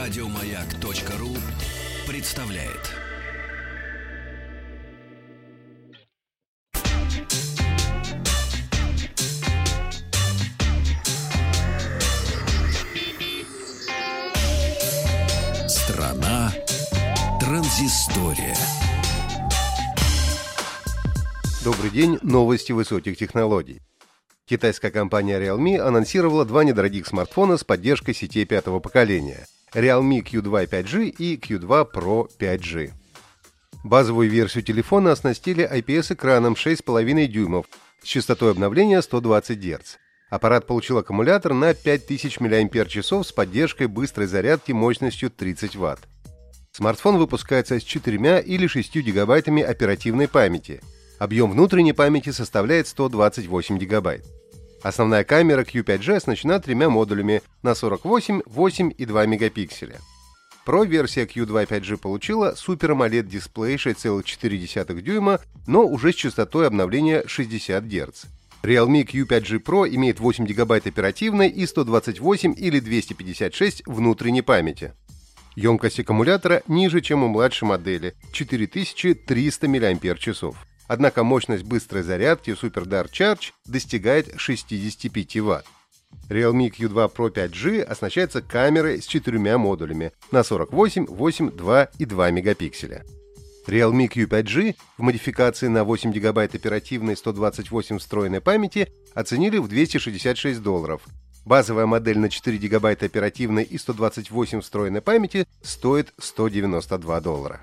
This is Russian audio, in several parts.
Радиомаяк.ру представляет. Страна транзистория. Добрый день, новости высоких технологий. Китайская компания Realme анонсировала два недорогих смартфона с поддержкой сетей пятого поколения – Realme Q2 5G и Q2 Pro 5G. Базовую версию телефона оснастили IPS-экраном 6,5 дюймов с частотой обновления 120 Гц. Аппарат получил аккумулятор на 5000 мАч с поддержкой быстрой зарядки мощностью 30 Вт. Смартфон выпускается с 4 или 6 гигабайтами оперативной памяти. Объем внутренней памяти составляет 128 гигабайт. Основная камера Q5G оснащена тремя модулями на 48, 8 и 2 мегапикселя. Pro-версия Q2 5G получила Super AMOLED-дисплей 6,4 дюйма, но уже с частотой обновления 60 Гц. Realme Q5G Pro имеет 8 гигабайт оперативной и 128 или 256 внутренней памяти. Емкость аккумулятора ниже, чем у младшей модели – 4300 мАч. Однако мощность быстрой зарядки Super Dart Charge достигает 65 Вт. Realme Q2 Pro 5G оснащается камерой с 4 модулями на 48, 8, 2 и 2 мегапикселя. Realme Q5G в модификации на 8 гигабайт оперативной и 128 встроенной памяти оценили в $266. Базовая модель на 4 гигабайта оперативной и 128 встроенной памяти стоит $192.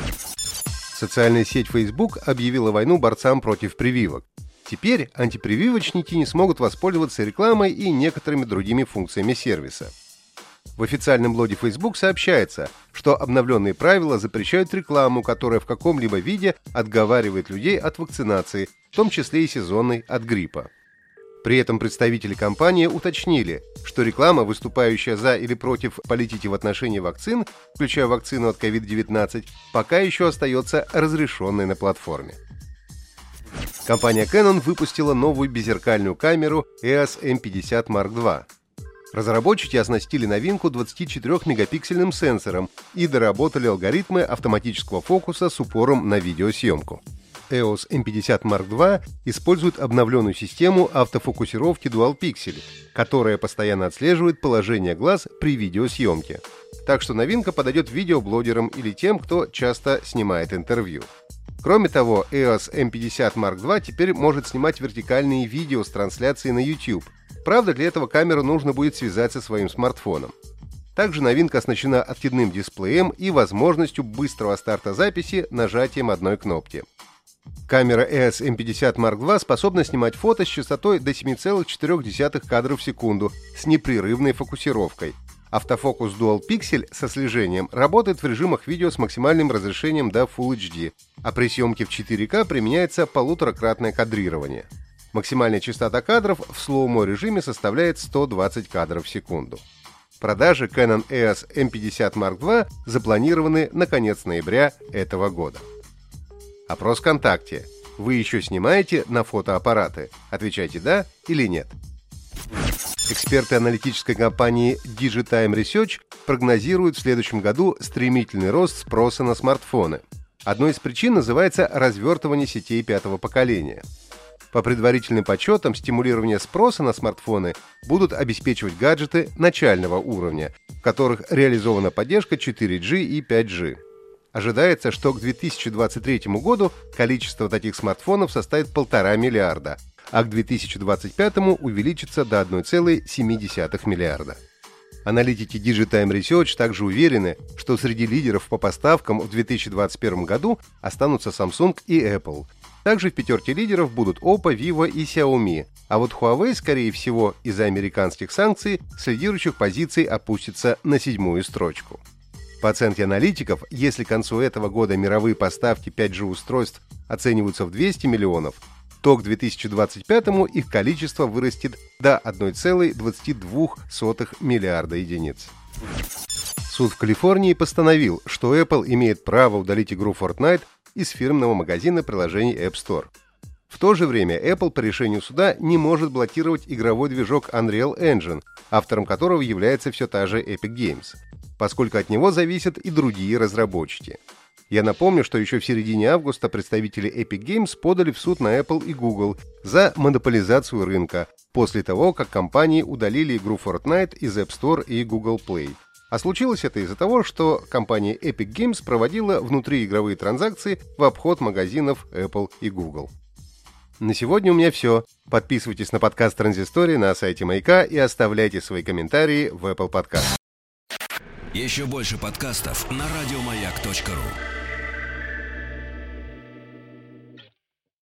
Социальная сеть Facebook объявила войну борцам против прививок. Теперь антипрививочники не смогут воспользоваться рекламой и некоторыми другими функциями сервиса. В официальном блоге Facebook сообщается, что обновленные правила запрещают рекламу, которая в каком-либо виде отговаривает людей от вакцинации, в том числе и сезонной от гриппа. При этом представители компании уточнили, что реклама, выступающая за или против политики в отношении вакцин, включая вакцину от COVID-19, пока еще остается разрешенной на платформе. Компания Canon выпустила новую беззеркальную камеру EOS M50 Mark II. Разработчики оснастили новинку 24-мегапиксельным сенсором и доработали алгоритмы автоматического фокуса с упором на видеосъемку. EOS M50 Mark II использует обновленную систему автофокусировки Dual Pixel, которая постоянно отслеживает положение глаз при видеосъемке. Так что новинка подойдет видеоблогерам или тем, кто часто снимает интервью. Кроме того, EOS M50 Mark II теперь может снимать вертикальные видео с трансляцией на YouTube. Правда, для этого камеру нужно будет связать со своим смартфоном. Также новинка оснащена откидным дисплеем и возможностью быстрого старта записи нажатием одной кнопки. Камера EOS M50 Mark II способна снимать фото с частотой до 7,4 кадров в секунду с непрерывной фокусировкой. Автофокус Dual Pixel со слежением работает в режимах видео с максимальным разрешением до Full HD, а при съемке в 4К применяется 1,5-кратное кадрирование. Максимальная частота кадров в слоумо режиме составляет 120 кадров в секунду. Продажи Canon EOS M50 Mark II запланированы на конец ноября этого года. Опрос ВКонтакте. Вы еще снимаете на фотоаппараты? Отвечайте «да» или «нет». Эксперты аналитической компании Digitime Research прогнозируют в следующем году стремительный рост спроса на смартфоны. Одной из причин называется развертывание сетей пятого поколения. По предварительным подсчетам, стимулирование спроса на смартфоны будут обеспечивать гаджеты начального уровня, в которых реализована поддержка 4G и 5G. Ожидается, что к 2023 году количество таких смартфонов составит 1,5 миллиарда, а к 2025 увеличится до 1,7 миллиарда. Аналитики Digitime Research также уверены, что среди лидеров по поставкам в 2021 году останутся Samsung и Apple. Также в пятерке лидеров будут Oppo, Vivo и Xiaomi, а вот Huawei, скорее всего, из-за американских санкций с лидирующих позиций опустится на 7-ю строчку. По оценке аналитиков, если к концу этого года мировые поставки 5G устройств оцениваются в 200 миллионов, то к 2025-му их количество вырастет до 1,22 миллиарда единиц. Суд в Калифорнии постановил, что Apple имеет право удалить игру Fortnite из фирменного магазина приложений App Store. В то же время Apple по решению суда не может блокировать игровой движок Unreal Engine, автором которого является все та же Epic Games. поскольку от него зависят и другие разработчики. Я напомню, что еще в середине августа представители Epic Games подали в суд на Apple и Google за монополизацию рынка, после того, как компании удалили игру Fortnite из App Store и Google Play. А случилось это из-за того, что компания Epic Games проводила внутриигровые транзакции в обход магазинов Apple и Google. На сегодня у меня все. Подписывайтесь на подкаст Транзистория на сайте Маяка и оставляйте свои комментарии в Apple Podcast. Еще больше подкастов на радиомаяк.ру.